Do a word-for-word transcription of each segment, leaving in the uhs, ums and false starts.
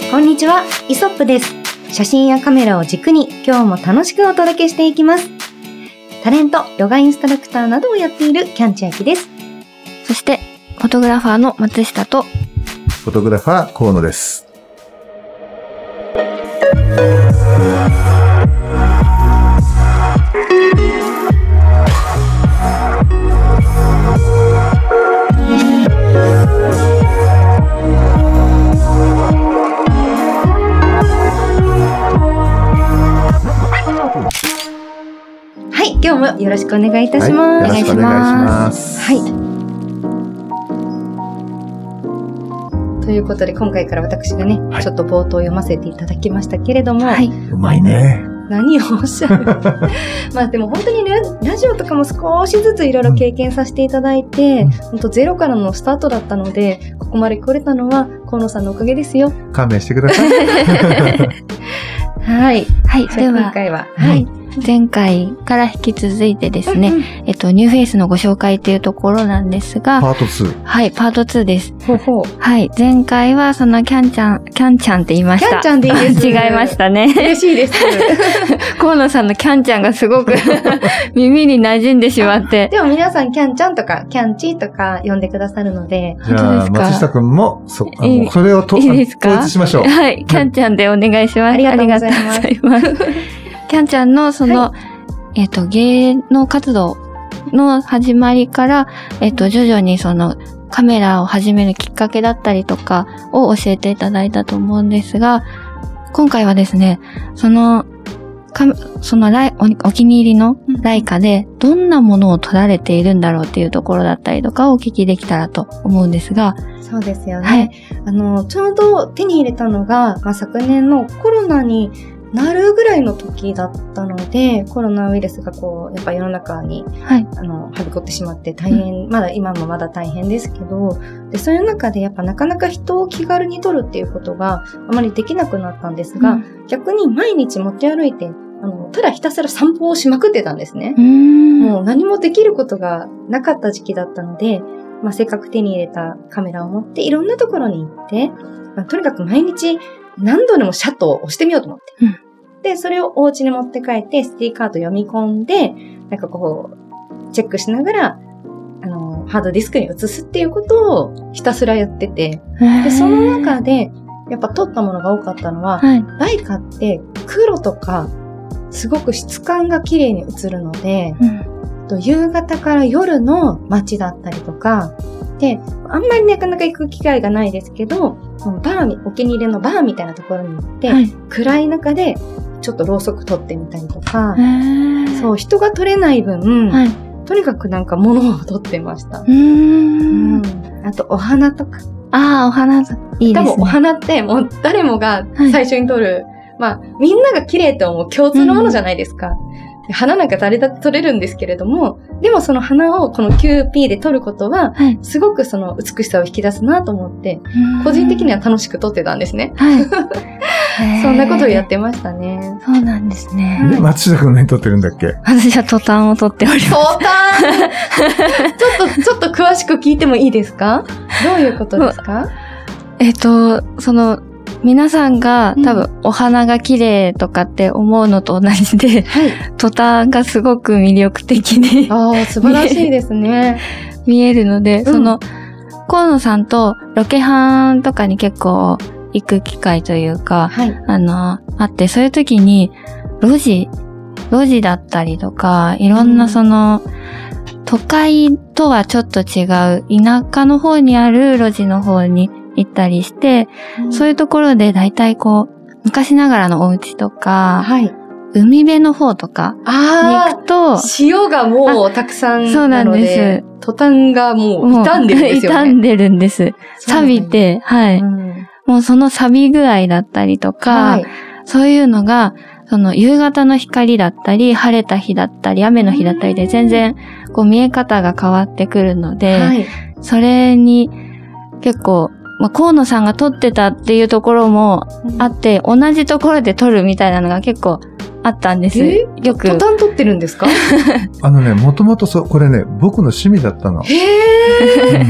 こんにちは、イソップです。写真やカメラを軸に今日も楽しくお届けしていきます。タレント、ヨガインストラクターなどをやっているキャン千秋です。 そしてフォトグラファーの松下とフォトグラファー河野です。 はい、今日もよろしくお願いいたします。 はい、よろしくお願いします。 はい。ということで今回から私がね、はい、ちょっと冒頭読ませていただきましたけれども、はい、 うまいね。 何をおっしゃるまあでも本当にね、ラジオとかも少しずついろいろ経験させていただいて、うん、本当ゼロからのスタートだったので、ここまで来れたのは河野さんのおかげですよ。 勘弁してください。 はい。 はい。では、 今回は、 はい。前回から引き続いてですね、うんうん、えっと、ニューフェイスのご紹介っていうところなんですが、 パートツー。 はい、パートツーです。 ほうほう。 はい、前回はそのキャンちゃん、キャンちゃんって言いました。 キャンちゃんでいいです。 違いましたね。 嬉しいです。 河野さんのキャンちゃんがすごく耳に馴染んでしまって。 でも皆さんキャンちゃんとかキャンチーとか呼んでくださるので。 じゃあ、松下くんも、そ、あの、それをといいですか？ 統一しましょう。 はい、キャンちゃんでお願いします。 ありがとうございます。 いますキャンちゃんのその、はい、えっと、芸能活動の始まりから、えっと、徐々にそのカメラを始めるきっかけだったりとかを教えていただいたと思うんですが、今回はですね、その、かそのライお、お気に入りのライカでどんなものを撮られているんだろうっていうところだったりとかをお聞きできたらと思うんですが。 そうですよね。はい、あの、ちょうど手に入れたのが、まあ、昨年のコロナになるぐらいの時だったので、コロナウイルスがこう、やっぱ世の中に、はい、あの、はびこってしまって大変、うん、まだ今もまだ大変ですけど、で、そういう中でやっぱなかなか人を気軽に撮るっていうことがあまりできなくなったんですが、うん、逆に毎日持ち歩いて、あの、ただひたすら散歩をしまくってたんですね。うーんもう何もできることがなかった時期だったので、まあ、せっかく手に入れたカメラを持っていろんなところに行って、まあ、とにかく毎日何度でもシャッターを押してみようと思って。うん、で、それをお家に持って帰って、エスディー カード読み込んで、なんかこう、チェックしながら、あの、ハードディスクに移すっていうことをひたすらやってて、で、その中で、やっぱ撮ったものが多かったのは、はい、ライカって黒とか、すごく質感が綺麗に映るので、うん、と夕方から夜の街だったりとか、で、あんまりなかなか行く機会がないですけど、バーに、お気に入りのバーみたいなところに行って、はい、暗い中でちょっとろうそく撮ってみたりとか、そう、人が撮れない分、はい、とにかくなんか物を撮ってました。うーんうんあと、お花とか。 ああ、お花、いいですね。 多分お花ってもう誰もが最初に撮る、はいまあ、みんなが綺麗って思う共通のものじゃないですか。うん、花なんか誰だって撮れるんですけれども、でもその花をこの キューピー で撮ることは、はい、すごくその美しさを引き出すなと思って、個人的には楽しく撮ってたんですね。はい、そんなことをやってましたね。 そうなんですね。 はい、松下くん何撮ってるんだっけ？ 私はトタンを撮っております。 トタンちょっと、ちょっと詳しく聞いてもいいですか？どういうことですか？ えっと、その、皆さんが多分お花が綺麗とかって思うのと同じで、はい、トタンがすごく魅力的にああ、素晴らしいですね。 見えるので、うん、その、河野さんとロケハンとかに結構行く機会というか、はい、あの、あって、そういう時に路地、路地だったりとか、いろんなその、うん、都会とはちょっと違う田舎の方にある路地の方に行ったりして、うん、そういうところで大体こう、昔ながらのお家とか、はい、海辺の方とかに行くと、 潮がもうたくさんなので、そうなんです。トタンがもう傷んでるんですよね。 傷んでるんです。錆びて、はい、うん。もうその錆び具合だったりとか、はい、そういうのが、その夕方の光だったり、晴れた日だったり、雨の日だったりで全然こう見え方が変わってくるので、はい、それに結構、まあ、河野さんが撮ってたっていうところもあって、うん、同じところで撮るみたいなのが結構あったんです。 えー、よく。トタン撮ってるんですか？ あのね、もともとそう、これね、僕の趣味だったの。 へー。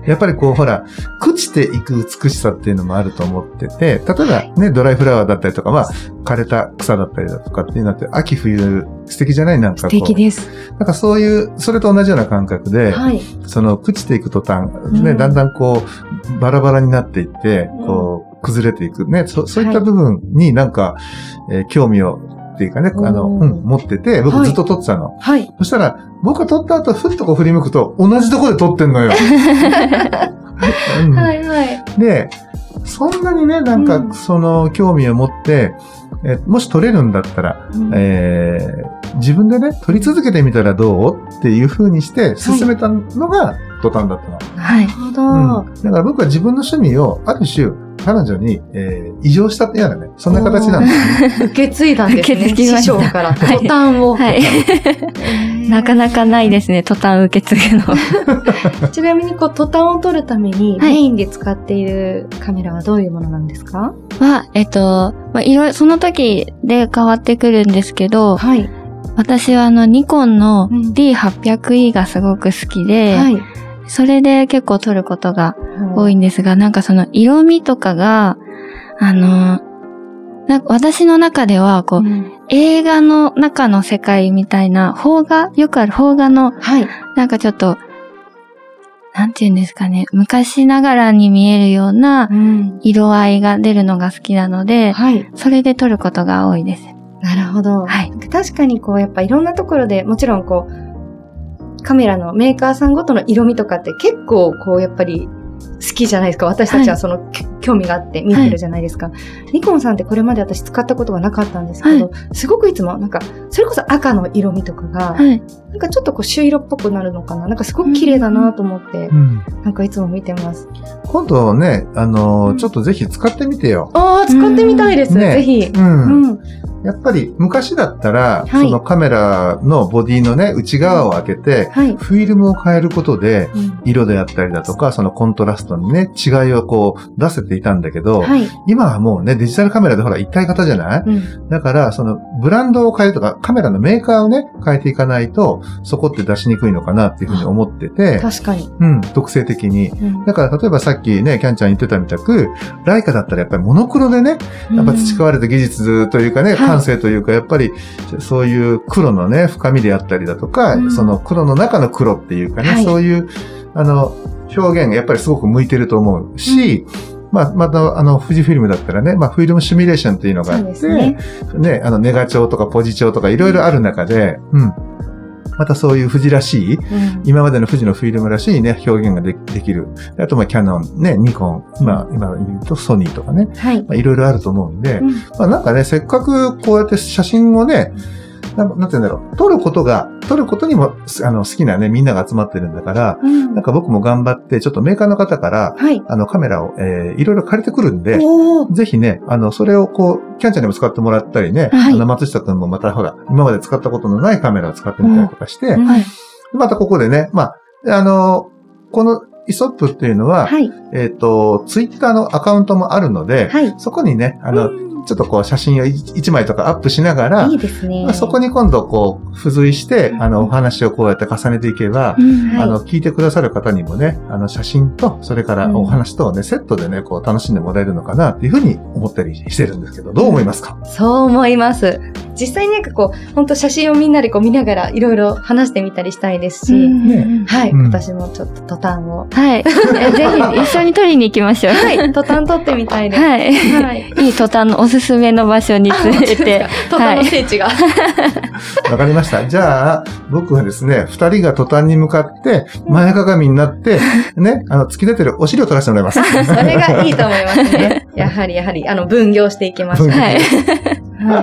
やっぱりこうほら、朽ちていく美しさっていうのもあると思ってて、例えばね、ドライフラワーだったりとか、まあ、枯れた草だったりだとかっていうのって、秋冬素敵じゃない？なんかこう。 素敵です。 なんかそういう、それと同じような感覚で、はい、その朽ちていく途端、ね、うん、だんだんこう、バラバラになっていって、こう、崩れていくね、そ, そういった部分になんか、はい、えー、興味をっていうかね、あの、うん、持ってて、僕ずっと撮ってたの。はい。そしたら、僕が撮った後、ふっとこう振り向くと、同じところで撮ってんのよ。うん、はいはい。で、そんなにね、なんか、その、興味を持って、えもし撮れるんだったら、うん、えー、自分でね、撮り続けてみたらどうっていう風にして進めたのがトタンだったの。 はい。なるほど、 うん。だから僕は自分の趣味をある種、彼女に、えー、異常したっていうようなね、そんな形なんですね。 受け継いだんですね。 受け継ぎました。 師匠からトタンを。はい。 なかなかないですね、トタン受け継ぐの。ちなみに、こう、トタンを撮るために、メインで使っているカメラはどういうものなんですか？ は、えっと、まあ、いろいろ、その時で変わってくるんですけど、はい。私はあの、ニコンの ディーはっぴゃくイー がすごく好きで、はい。それで結構撮ることが多いんですが、うん、なんかその色味とかが、あの、なんか私の中では、こう、うん、映画の中の世界みたいな、邦画、よくある邦画の、はい、なんかちょっと、なんて言うんですかね、昔ながらに見えるような色合いが出るのが好きなので、はい、それで撮ることが多いです。 なるほど。はい、確かにこう、やっぱいろんなところで、もちろんこう、カメラのメーカーさんごとの色味とかって結構こうやっぱり好きじゃないですか。私たちはその、はい、興味があって見てるじゃないですか、はい。ニコンさんってこれまで私使ったことがなかったんですけど、はい、すごくいつもなんか、それこそ赤の色味とかが、はい、なんかちょっとこう朱色っぽくなるのかな。なんかすごく綺麗だなと思って、うん、なんかいつも見てます。 今度ね、あのーうん、ちょっとぜひ使ってみてよ。 ああ、使ってみたいです、ね、ぜひ。うん。うんやっぱり昔だったら、はい、そのカメラのボディのね、内側を開けて、はい、フィルムを変えることで、うん、色であったりだとか、そのコントラストにね、違いをこう出せていたんだけど、はい、今はもうね、デジタルカメラでほら一体型じゃない、うん、だから、そのブランドを変えるとか、カメラのメーカーをね、変えていかないと、そこって出しにくいのかなっていうふうに思ってて、 確かに。 うん、特性的に。うん、だから例えばさっきね、キャンちゃん言ってたみたく、ライカだったらやっぱりモノクロでね、やっぱ培われた技術というかね、うん、感性というか、やっぱりやっぱりそういう黒のね深みであったりだとか、うん、その黒の中の黒っていうかね、はい、そういうあの表現がやっぱりすごく向いてると思うし、うん、まあまたあの富士フィルムだったらね、まあフィルムシミュレーションっていうのがあって、ね、ねあのネガ調とかポジ調とかいろいろある中で、うん。またそういう富士らしい、うん、今までの富士のフィルムらしいね、表現が で, できる。あと、まあ、キャノン、ね、ニコン、今、今言うとソニーとかね、はい。まあ、いろいろあると思うんで、うん、まあ、なんかね、せっかくこうやって写真をね、なん、なんて言うんだろう、撮ることが、撮ることにも、あの、好きなね、みんなが集まってるんだから、うん、なんか僕も頑張って、ちょっとメーカーの方から、はい、あの、カメラを、えー、いろいろ借りてくるんで、ぜひね、あの、それをこう、キャンちゃんにも使ってもらったりね、はい、あの、松下くんもまたほら、今まで使ったことのないカメラを使ってみたりとかして、はい、またここでね、まあ、あの、この、イソップっていうのは、はい、えっと、ツイッターのアカウントもあるので、はい、そこにね、あの、うんちょっとこう写真を一枚とかアップしながら、 いいですね。 まあ、そこに今度こう付随して、うん、あのお話をこうやって重ねていけば、うんはい、あの聞いてくださる方にもね、あの写真とそれからお話とね、うん、セットでねこう楽しんでもらえるのかなっていうふうに思ったりしてるんですけど、どう思いますか？ うん、そう思います。実際になんかこう本当写真をみんなでこう見ながらいろいろ話してみたりしたいですし、うんね、はい、うん、私もちょっとトタンをはいぜひ一緒に撮りに行きましょう。 はいトタン撮ってみたいです。 はい、はい、いいトタンのおすすめの場所に連れて。 トタンの聖地が。わ、 はい、かりました。じゃあ、僕はですね、二人がトタンに向かって、前かがみになって、ね、あの、突き出てるお尻を取らせてもらいます。 それがいいと思いますね。やはり、やはり、あの、分業していきましょう。はい。はい。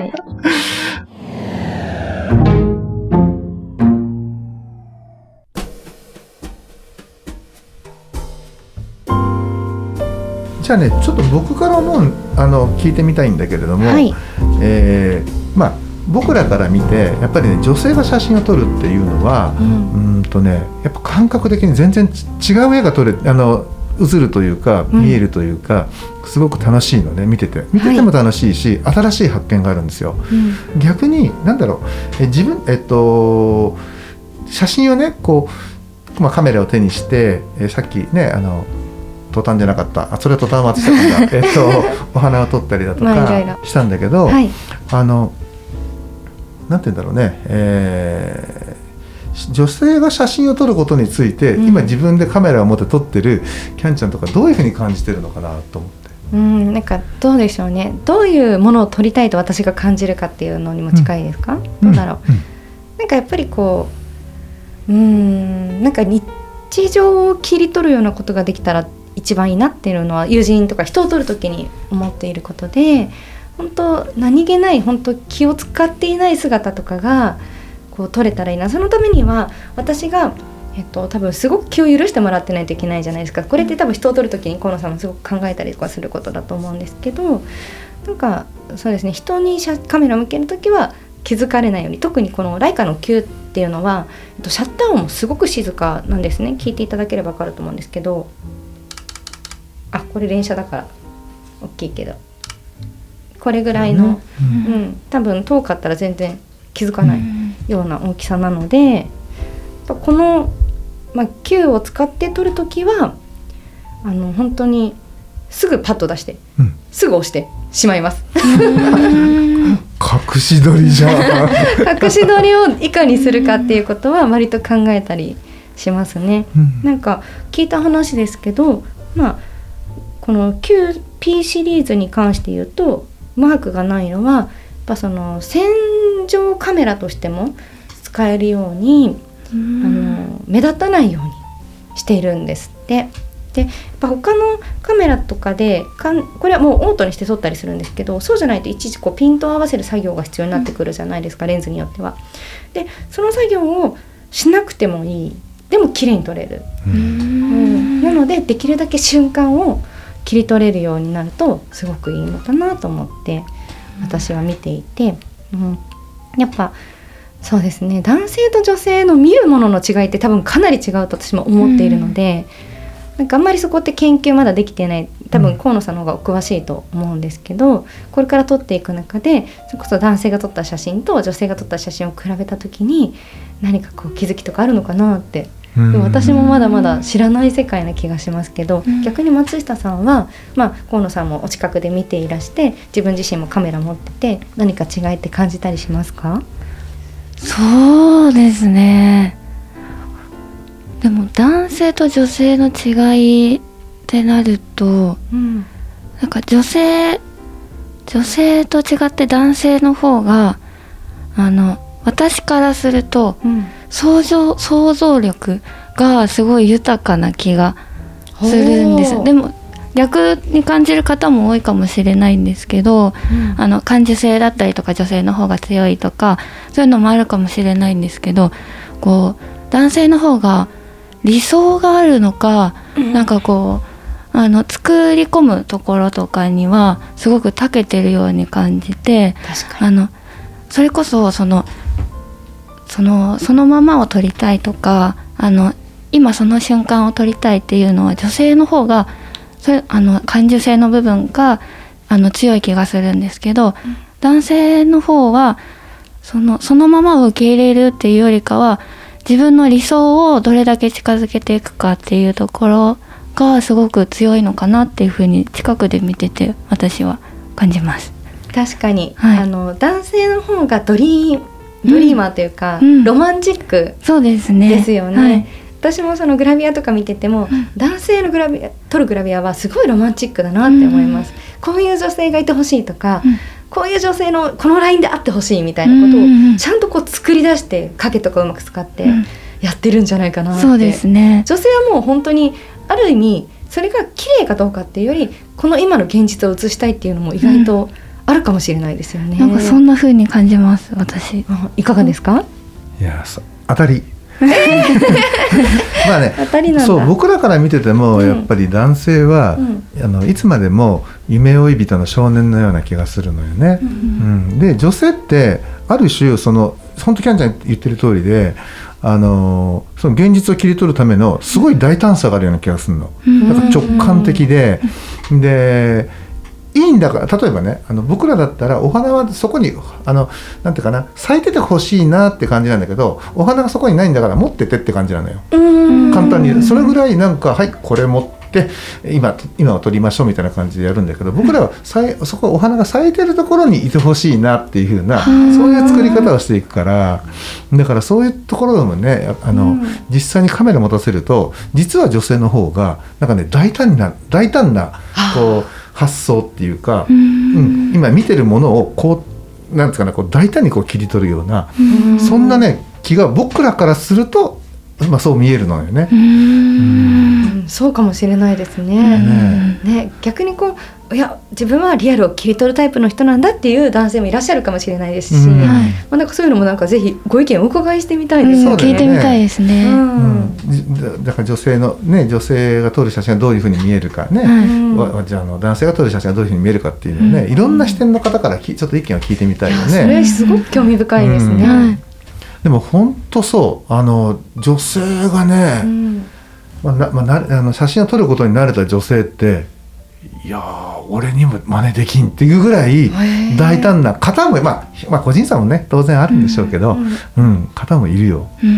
じゃあね、ちょっと僕からもあの聞いてみたいんだけれども、はい、えー、まあ僕らから見てやっぱりね女性が写真を撮るっていうのは、うん、うんとねやっぱ感覚的に全然違う絵が撮れあの映るというか見えるというか、うん、すごく楽しいのね見てて見てても楽しいし、はい、新しい発見があるんですよ。うん、逆に何だろうえ自分えっと写真をねこうまあ、カメラを手にして、えー、さっきねあのトタンじゃなかったあそれはトタンは私だったんだえっとお花を撮ったりだとかしたんだけど、はい、あのなんて言うんだろうね、えー、女性が写真を撮ることについて、うん、今自分でカメラを持って撮ってるキャンちゃんとかどういうふうに感じてるのかなと思って。 うん、なんかどうでしょうね。どういうものを撮りたいと私が感じるかっていうのにも近いですか、うん、どうだろう、うん、なんかやっぱりこううーんなんか日常を切り取るようなことができたら一番いいなっていうのは友人とか人を撮るときに思っていることで、本当何気ない本当気を使っていない姿とかがこう撮れたらいいな。そのためには私がえっと多分すごく気を許してもらってないといけないじゃないですか。これって多分人を撮るときに河野さんもすごく考えたりとかすることだと思うんですけど、なんかそうですね、人にカメラを向けるときは気づかれないように、特にこのライカのきゅうっていうのはシャッター音もすごく静かなんですね。聞いていただければ分かると思うんですけど、あこれ連写だから大きいけどこれぐらいの、うんうん、多分遠かったら全然気づかないような大きさなので、この、まあ、きゅうを使って撮るときはあの本当にすぐパッと出して、うん、すぐ押してしまいます隠し撮りじゃん隠し撮りをいかにするかっていうことは割と考えたりしますね、うん、なんか聞いた話ですけど、まあこの キューピー シリーズに関して言うとマークがないのはやっぱその洗浄カメラとしても使えるようにあの目立たないようにしているんですって。でやっぱ他のカメラとかでかんこれはもうオートにして撮ったりするんですけど、そうじゃないといちいちこうピントを合わせる作業が必要になってくるじゃないですか、レンズによっては。でその作業をしなくてもいい、でも綺麗に撮れる、うん、なのでできるだけ瞬間を切り取れるようになるとすごくいいのかなと思って私は見ていて、うん、やっぱそうですね、男性と女性の見るものの違いって多分かなり違うと私も思っているので、うん、なんかあんまりそこって研究まだできてない、多分河野さんの方がお詳しいと思うんですけど、これから撮っていく中でそれこそ男性が撮った写真と女性が撮った写真を比べた時に何かこう気づきとかあるのかなって、でも私もまだまだ知らない世界な気がしますけど、うん、逆に松下さんは、まあ、河野さんもお近くで見ていらして自分自身もカメラ持ってて何か違いって感じたりしますか？ そうですね、でも男性と女性の違いってなると、うん、なんか女性女性と違って男性の方があの私からすると、うん、想像、想像力がすごい豊かな気がするんです。でも逆に感じる方も多いかもしれないんですけど、うん、あの感受性だったりとか女性の方が強いとかそういうのもあるかもしれないんですけど、こう男性の方が理想があるのか、うん、なんかこうあの作り込むところとかにはすごく長けてるように感じて、あのそれこそそのそのそのままを撮りたいとか、あの今その瞬間を撮りたいっていうのは女性の方がそれあの感受性の部分があの強い気がするんですけど、うん、男性の方はそのそのままを受け入れるっていうよりかは自分の理想をどれだけ近づけていくかっていうところがすごく強いのかなっていうふうに近くで見てて私は感じます。 確かに、はい、あの男性の方がドリードリーマーというか、うん、ロマンチックそうですねですよね、はい、私もそのグラビアとか見てても、うん、男性のグラビア撮るグラビアはすごいロマンチックだなって思います、うん、こういう女性がいてほしいとか、うん、こういう女性のこのラインであってほしいみたいなことをちゃんとこう作り出して影とかうまく使ってやってるんじゃないかなって、うん、そうですね。女性はもう本当にある意味それが綺麗かどうかっていうよりこの今の現実を映したいっていうのも意外と、うんあるかもしれないですよね。 なんかそんな風に感じます私。 いかがですか？ いや当たりまあね、 当たりなんだ。 そう僕らから見てても、うん、やっぱり男性は、うん、あのいつまでも夢追い人の少年のような気がするのよね、うんうん、で女性ってある種その本当キャンちゃん言ってる通りであのその現実を切り取るためのすごい大胆さがあるような気がするの、うん、なんか直感的で、うん、でいいんだから、例えばね、あの僕らだったらお花はそこにあのなんていうかな、咲いててほしいなって感じなんだけど、お花がそこにないんだから持っててって感じなのよ。簡単にそれぐらいなんか、はいこれ持って今今は取りましょうみたいな感じでやるんだけど、僕らはさいそこお花が咲いてるところにいてほしいなっていう風な、そういう作り方をしていくから、だからそういうところでもね、あの、うん、実際にカメラ持たせると実は女性の方がなんかね大胆な大胆なこう発想っていうか、うん、今見てるものをこうなんつうかな、こう大胆にこう切り取るような、うん、そんなね気が僕らからすると、まあ、そう見えるのよね。 うーん、うん、そうかもしれないですね。ね、ね、逆にこういや自分はリアルを切り取るタイプの人なんだっていう男性もいらっしゃるかもしれないですし、うん、まあ、なんかそういうのもなんかぜひご意見お伺いしてみたいですよね。 聞いてみたいですね。 うんうん、だから女性のね、女性が撮る写真がどういうふうに見えるかね、うん、じゃあ、あの男性が撮る写真がどういうふうに見えるかっていうのをね、うん、いろんな視点の方からきちょっと意見を聞いてみたいよね。 それすごく興味深いですね。うん、 でも本当そうあの女性がね、うん、まあなまあ、なあの写真を撮ることに慣れた女性っていや俺にも真似できんっていうぐらい大胆な方も、まあ、まあ個人差もね当然あるんでしょうけど、うんうん、方もいるよ。 うん、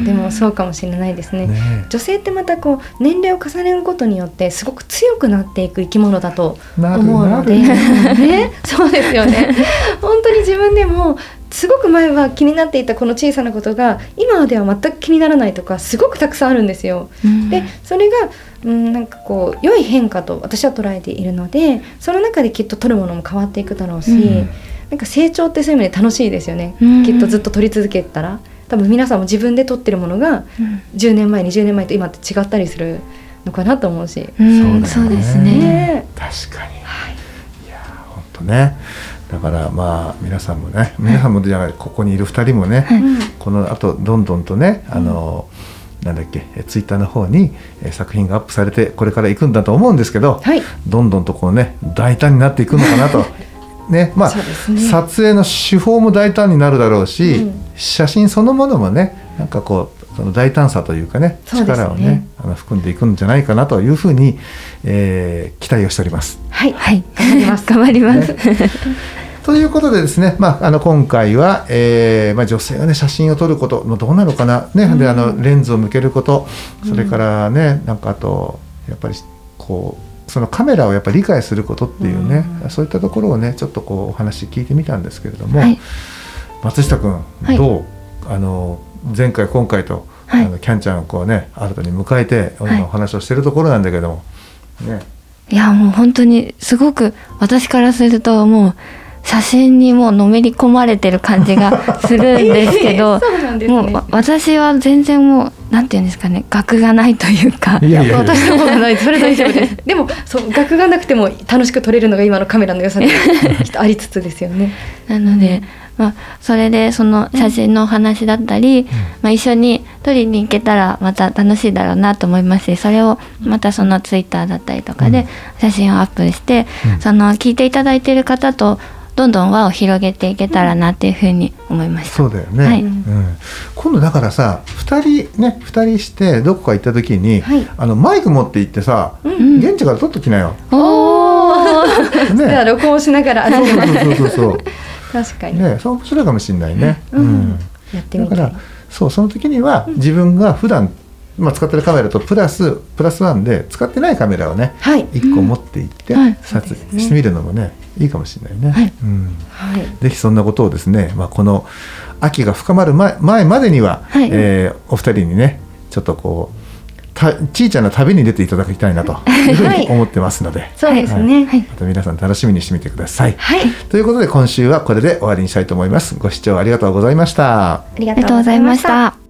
でもそうかもしれないですね。ね、女性ってまたこう年齢を重ねることによってすごく強くなっていく生き物だと思うので、ね、そうですよね。本当に自分でもすごく前は気になっていたこの小さなことが今では全く気にならないとかすごくたくさんあるんですよ。うん、でそれが、うん、なんかこう良い変化と私は捉えているので、その中できっと撮るものも変わっていくだろうし、うん、なんか成長ってそういう意味で楽しいですよね。うん、きっとずっと撮り続けたら多分皆さんも自分で撮ってるものがじゅうねんまえにじゅうねんまえと今って違ったりするのかなと思うし、 うん、そうですね。 確かに、はい、いや本当ね。だからまあ皆さんもね、皆さんもじゃあここにいるふたりもね、はい、この後どんどんとね、あの、うん、なんだっけツイッターの方に作品がアップされてこれから行くんだと思うんですけど、はい、どんどんとこうね大胆になっていくのかなとね、まあ、ね、撮影の手法も大胆になるだろうし、うん、写真そのものもねなんかこうその大胆さというかね、力をねあの含んでいくんじゃないかなというふうに、えー、期待をしております。 はい、はい、頑張ります頑張ります、ね、 ということでですね、まあ、あの今回は、えーまあ、女性がね写真を撮ることのどうなのかな、ね、うん、であのレンズを向けること、それからね、なんかあとやっぱりこうそのカメラをやっぱり理解することっていうね、うん、そういったところをねちょっとこうお話聞いてみたんですけれども、はい、松下君、はい、どうあの前回今回と、はい、あのキャンちゃんをこうね新たに迎えて今お話をしているところなんだけども、ね、 いやもう本当にすごく私からするともう写真にもうのめり込まれてる感じがするんですけど、そうなんですね、もう私は全然もうなんていうんですかね、学がないというか、 いやいやいや私の方がない、それ大丈夫です。でもそう学がなくても楽しく撮れるのが今のカメラの良さできっとありつつですよね。 なので、まあ、それでその写真のお話だったり、うん、まあ、一緒に撮りに行けたらまた楽しいだろうなと思いますし、それをまたそのツイッターだったりとかで写真をアップして、うん、その聞いていただいている方とどんどん輪を広げていけたらなっていうふうに思いました。 そうだよね、はい、うん、今度だからさふたりねふたりしてどこか行った時に、はい、あのマイク持って行ってさ、うん、現地から撮っときなよ。 おー、ね、では録音しながらそうそうそうそうそう確かにね、そう面白いかもしれないね、うんうん、 やってみたい。 だからそうその時には自分が普段、まあ、使ってるカメラとプラスプラスワンで使ってないカメラをね、はい、いっこ持っていって、うん、撮影してみるのもねいいかもしれないね、はい、うん、はい、ぜひそんなことをですね、まあ、この秋が深まる 前, 前までには、はい、えー、お二人にねちょっとこうちいちゃな旅に出ていただきたいなというふうに思ってますので、はい、 そうですね、はい、 また皆さん楽しみにしてみてください、 はい、 ということで今週はこれで終わりにしたいと思います。ご視聴ありがとうございました。 ありがとうございました。